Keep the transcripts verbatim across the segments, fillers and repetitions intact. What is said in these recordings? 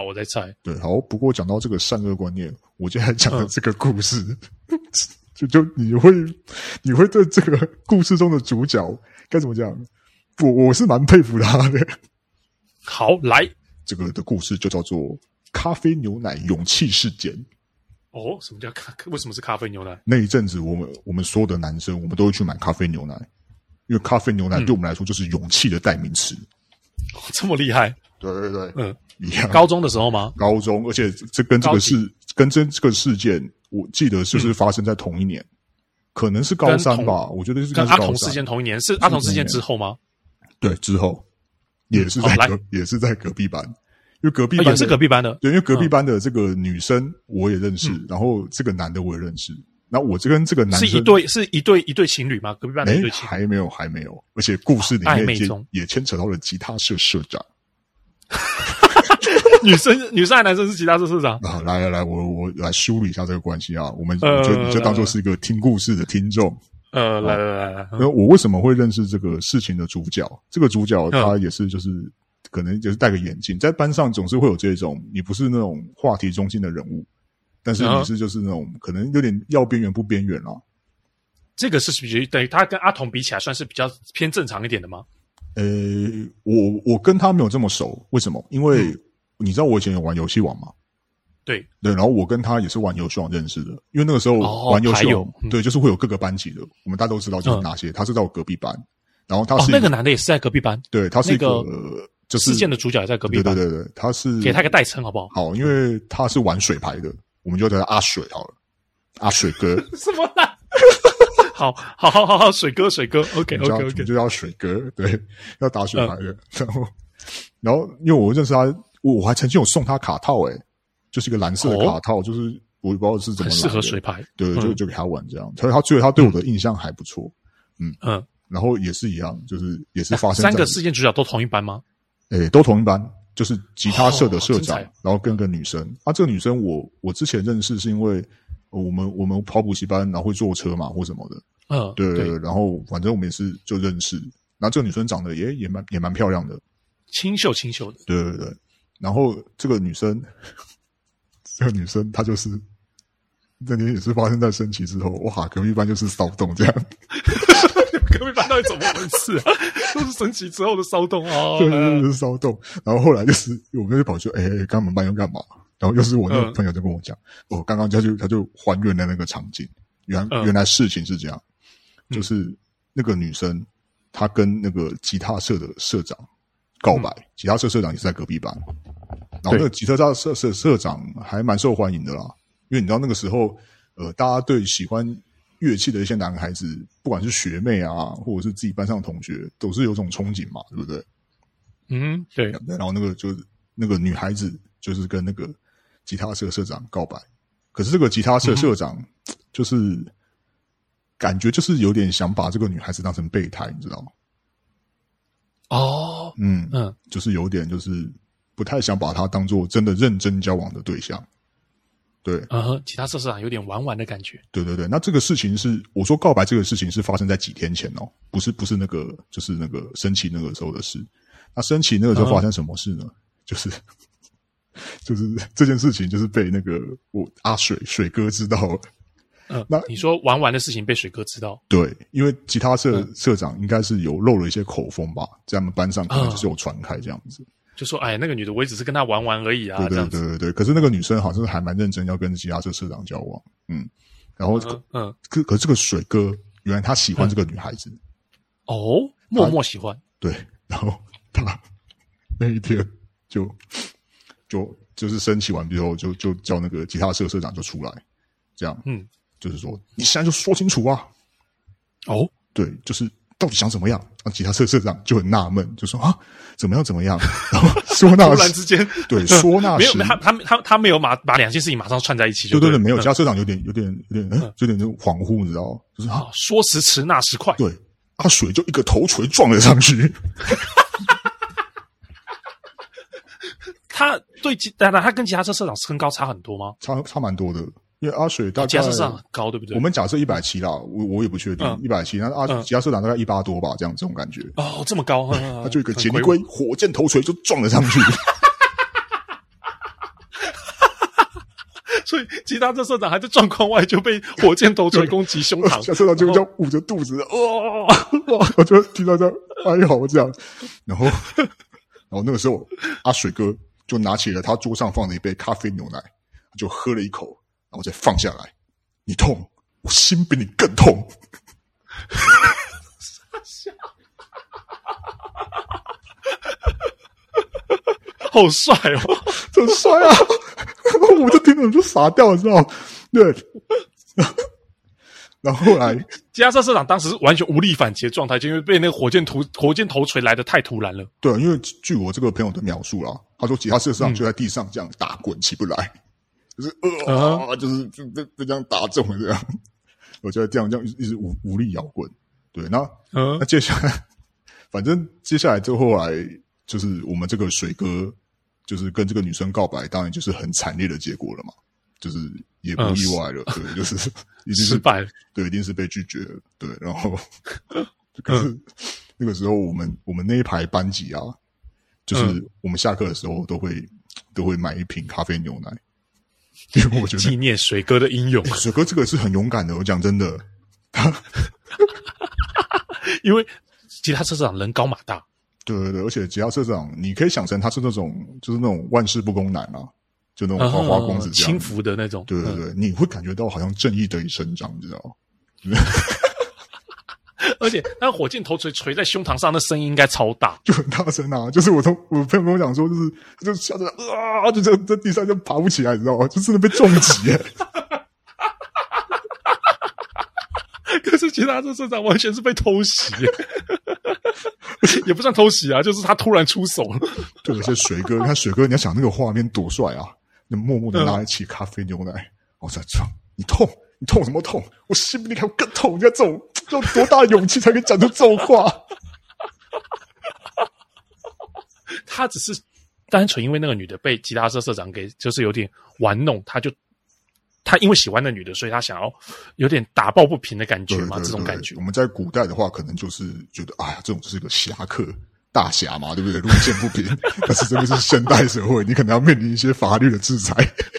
我在猜。 对，好，不过讲到这个善恶观念，我今天还讲的这个故事，嗯、就就你会你会对这个故事中的主角该怎么讲？我我是蛮佩服他的。 好，来， 这个的故事就叫做咖啡牛奶勇气事件。 哦，什么叫咖？为什么是咖啡牛奶？ 那一阵子，我们我们所有的男生，我们都会去买咖啡牛奶，因为咖啡牛奶对我们来说就是勇气的代名词。 哦、这么厉害？ 对对对， 嗯， 一样。 高中的时候吗？ 高中，而且这跟这个事跟这这个事件，我记得就是发生在同一年，嗯、可能是高三吧。我觉得是跟阿童事件同一年，是阿童事件之后吗？ 对，之后也是在隔、哦、也是在隔壁班，因为隔壁班、 哦、也是隔壁班的。 对，因为隔壁班的这个女生我也认识，嗯、然后这个男的我也认识。那我这跟这个男生是一对是一对一对情侣吗？隔壁班的一对情侣还没有还没有，而且故事里面也也牵扯到了吉他社社长。 女生女生还男生是吉他社社长啊！来来来，我我来梳理一下这个关系啊。我们我觉得你就当做是一个听故事的听众。 呃，来来来来， 那我为什么会认识这个事情的主角？这个主角他也是就是可能就是戴个眼镜，在班上总是会有这种你不是那种话题中心的人物，但是你是就是那种可能有点要边缘不边缘啦。这个是比等于他跟阿童比起来算是比较偏正常一点的吗？ 呃，我我跟他没有这么熟，为什么？因为、嗯、你知道我以前有玩游戏王吗？ 对对，然后我跟他也是玩游戏王认识的，因为那个时候玩游戏王， 哦嗯、对，就是会有各个班级的，我们大家都知道就是哪些。嗯、他是在我隔壁班，然后他是、 哦、那个男的也是在隔壁班， 对，他是一个、 那个呃、就是事件的主角也在隔壁班， 对对对对，他是给他一个代称好不好？ 好，因为他是玩水牌的，我们就叫他阿水好了，阿水哥。 什么啦？好好好好好，水哥水哥 ，OK OK OK， 就叫水哥，对，要打水牌的。嗯、然后，然后因为我认识他，我我还曾经有送他卡套、欸，诶，就是一个蓝色的卡套，哦、就是我也不知道是怎么来的， 很适合水牌， 对，嗯、就就给他玩这样。所以他觉得他对我的印象还不错，嗯嗯。然后也是一样，就是也是发生在三个事件主角都同一班吗？ 诶，都同一班，就是吉他社的社长， 哦、 然后跟个女生。啊，这个女生我我之前认识是因为。我们我们跑补习班，然后会坐车嘛，或什么的， 嗯， 对对对。 然后反正我们也是就认识，然后这个女生长得也也蛮也蛮漂亮的， 清秀清秀的， 对对对。然后这个女生，这个女生她就是那天也是发生在升旗之后，哇，隔壁班就是骚动这样。 隔壁班到底怎么回事啊？都是升旗之后的骚动啊， 对对对，就是骚动。然后后来就是我们就跑去，哎、欸，刚我们班要干嘛？然后又是我那个朋友就跟我讲，我、嗯哦、刚刚他就他就还原了那个场景，原来、嗯、原来事情是这样，就是那个女生她跟那个吉他社的社长告白，嗯、吉他社社长也是在隔壁班，然后那个吉他社社社社长还蛮受欢迎的啦，因为你知道那个时候，呃，大家对喜欢乐器的一些男孩子，不管是学妹啊，或者是自己班上的同学，都是有种憧憬嘛，对不对？ 嗯，对。 然后那个就是那个女孩子就是跟那个吉他社社长告白，可是这个吉他社社长就是、嗯、感觉就是有点想把这个女孩子当成备胎，你知道吗？ 哦， 嗯嗯，就是有点就是不太想把她当做真的认真交往的对象。对， 呃，吉他社社长有点玩玩的感觉。 对对对，那这个事情是我说告白这个事情是发生在几天前哦，不是不是那个就是那个升旗那个时候的事。那升旗那个时候发生什么事呢？嗯、就是就是这件事情就是被那个我阿水水哥知道了。 嗯，那你说玩玩的事情被水哥知道？ 对，因为吉他社、嗯、社长应该是有漏了一些口风吧，在他们班上可能就是有传开这样子。嗯就说哎，那个女的我也只是跟她玩玩而已啊， 对对对对对。可是那个女生好像是还蛮认真要跟吉他社社长交往，嗯，然后嗯，嗯可可这个水哥原来他喜欢这个女孩子， 嗯、哦，默默喜欢， 对，然后他那一天就就就是升旗完之后就就叫那个吉他社社长就出来，这样，嗯，就是说你现在就说清楚啊， 哦， 对，就是到底想怎么样？啊，吉他社社长就很纳闷，就说啊，怎么样怎么样？然后说那突然之间， 对，说那没有，他他他他没有马把两件事情马上串在一起就对， 对对对，没有。吉他社长有点有点有点，嗯，有点就恍惚，你知道吗？就是啊， 说时迟那时快， 对，阿水就一个头锤撞了上去。 他对吉，当然他跟吉他社社长身高差很多吗？ 差差蛮多的。因为阿水大概吉他社长很高，对不对？ 我们假设一百七啦，我我也不确定一百七，那阿嗯吉他社长大概一八多吧，这样这种感觉。 哦，这么高， 他就一个杰尼龟火箭头锤就撞了上去。 所以吉他社社长还在状况外就被火箭头锤攻击胸膛， 小社长就这样捂着肚子，哇哇，我就听到这样哀嚎这样，然后然后那个时候阿水哥就拿起了他桌上放的一杯咖啡牛奶，就喝了一口，然后再放下来。你痛，我心比你更痛。 好帅哦， 很帅啊！我就听着就傻掉了，知道吗？对。然后后来， 吉他社社长当时是完全无力反击的状态，就因为被那个火箭头火箭头锤来的太突然了。 对，因为据我这个朋友的描述啦，他说吉他社社长就在地上这样打滚起不来，嗯、就是呃、uh-huh. 就是被被这样打中了这样。我觉得这样这样一直无无力摇滚。对，那、uh-huh. 那接下来，反正接下来之后后来就是我们这个水哥。就是跟这个女生告白，当然就是很惨烈的结果了嘛，就是也不意外了，嗯、对，就是一定是失败了， 对，一定是被拒绝了，对，然后可是那个时候我们我们那一排班级啊，就是我们下课的时候都会都会买一瓶咖啡牛奶，因为我觉得纪念水哥的英勇， 欸、水哥这个是很勇敢的，我讲真的， 因为吉他社长人高马大。 对对对，而且吉他社长，你可以想成他是那种，就是那种万事不公男啊，就那种花花公子这样， 轻浮的那种。 对对对，嗯、你会感觉到好像正义得以伸张，你知道吗？ 而且那火箭头锤锤在胸膛上，那声音应该超大， 就很大声啊！就是我同我朋友跟我讲说，就是就吓得啊，就在在地上就爬不起来，你知道吗？就真的被重击耶。 可是吉他社社长完全是被偷袭耶。也不算偷袭啊，就是他突然出手了。 对，而且水哥，你看水哥，你要想那个画面多帅啊！你默默的拿一起咖啡牛奶，我在唱，你痛，你痛什么痛？我心比你还更痛！你看这种，这种多大的勇气才可以讲出这种话？ 他只是单纯因为那个女的被吉他社社长给就是有点玩弄，他就他因为喜欢那女的，所以他想要有点打抱不平的感觉嘛， 对对对， 这种感觉。 我们在古代的话，可能就是觉得，哎呀，这种就是一个侠客大侠嘛，对不对？路见不平。但是这个是现代社会，你可能要面临一些法律的制裁。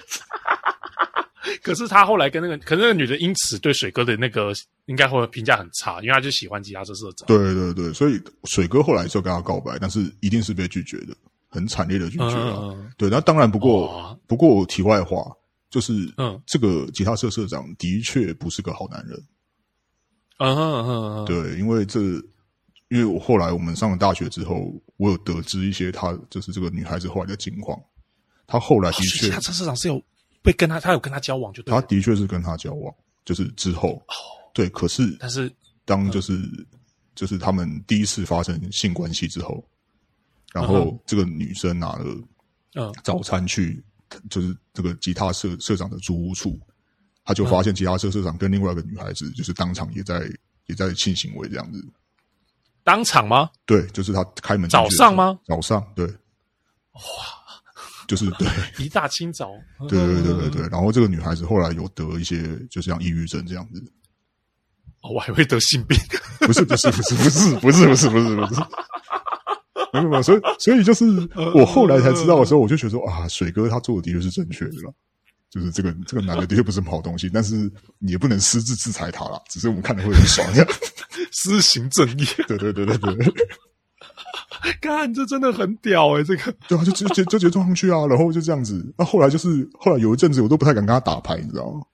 可是他后来跟那个，可是那个女的因此对水哥的那个应该会评价很差，因为他就喜欢吉他社社长。 对对对，所以水哥后来就跟他告白，但是一定是被拒绝的，很惨烈的拒绝啊。嗯、对，那当然不过、哦、不过题外话。就是，嗯，这个吉他社社长的确不是个好男人。 嗯嗯嗯， 对，因为这，因为我后来我们上了大学之后，我有得知一些他就是这个女孩子后来的情况。他后来的确， 吉他社社长是有被跟他，他有跟他交往就对了， 他的确是跟他交往，就是之后，哦、对，可是， 但是当就是、嗯、就是他们第一次发生性关系之后，然后这个女生拿了嗯早餐去。就是这个吉他社社长的租屋处，他就发现吉他社社长跟另外一个女孩子，就是当场也在也在性行为这样子。 当场吗？ 对，就是他开门早上吗？ 早上，对。 哇， 就是对， 一大清早。 对对对对对。然后这个女孩子后来有得一些，就像抑郁症这样子。 哦，我还会得性病？ 不是不是不是不是不是不是不是不是。没有没有，所以所以就是我后来才知道的时候，我就觉得说啊，水哥他做的的确是正确的啦，就是这个这个男的的确不是什么好东西，但是你也不能私自制裁他啦，只是我们看了会很爽这样， 施行正义。 对对对对对， 干这真的很屌诶、欸，这个对啊，就就就就直接撞上去啊，然后就这样子。那后来就是后来有一阵子我都不太敢跟他打牌，你知道吗？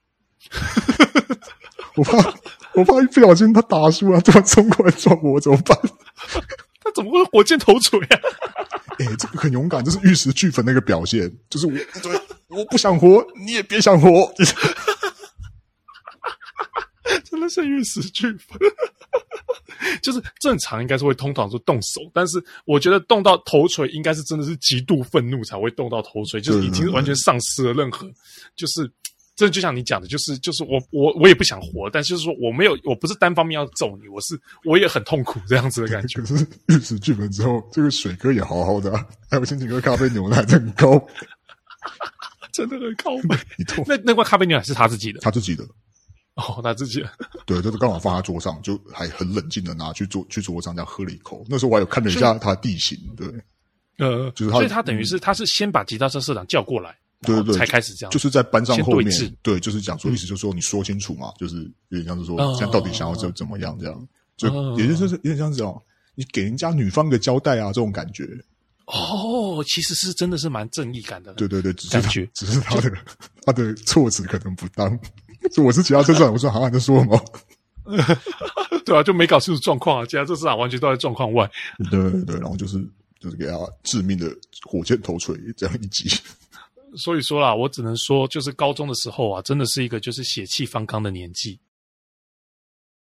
我怕我怕一不小心他打输啊，突然冲过来撞我怎么办？ 他怎么会火箭头锤啊？ 哎、欸，这个很勇敢，这是玉石俱焚的一个表现。就是我，我不想活，你也别想活。 真的是玉石俱焚。就是正常应该是会通常是动手，但是我觉得动到头锤应该是真的是极度愤怒才会动到头锤，就是已经完全丧失了任何，就是这就像你讲的，就是就是我我我也不想活，但就是说我没有，我不是单方面要揍你，我是我也很痛苦这样子的感觉。 可是玉石俱焚之后，这个水哥也好好的、啊，还有心情喝咖啡牛奶，真很高， 真的很高美。那那罐咖啡牛奶是他自己的， 他自己的。 哦，他自己的。 对，就是刚好放在桌上，就还很冷静的拿去桌去桌上这样喝了一口。那时候我还有看了一下他的地形，对， 呃，就是他，所以他等于是他是先把吉他社社长叫过来。 对对对， 才开始这样， 就是在班上后面， 对, 对，就是讲说，意思就是说你说清楚嘛，嗯、就是有点像是说，现在到底想要怎怎么样这样，就、嗯、也就是有点像是这样，你给人家女方一个交代啊，这种感觉。 哦，其实是真的是蛮正义感的， 对对对，只是感觉只是他的他的措辞可能不当，所以我是其他车长，我说好像在说什么。 对啊，就没搞清楚状况啊！其他这市场完全都在状况外。 对对对，然后就是就是给他致命的火箭头锤这样一击。 所以说啦，我只能说，就是高中的时候啊，真的是一个就是血气方刚的年纪。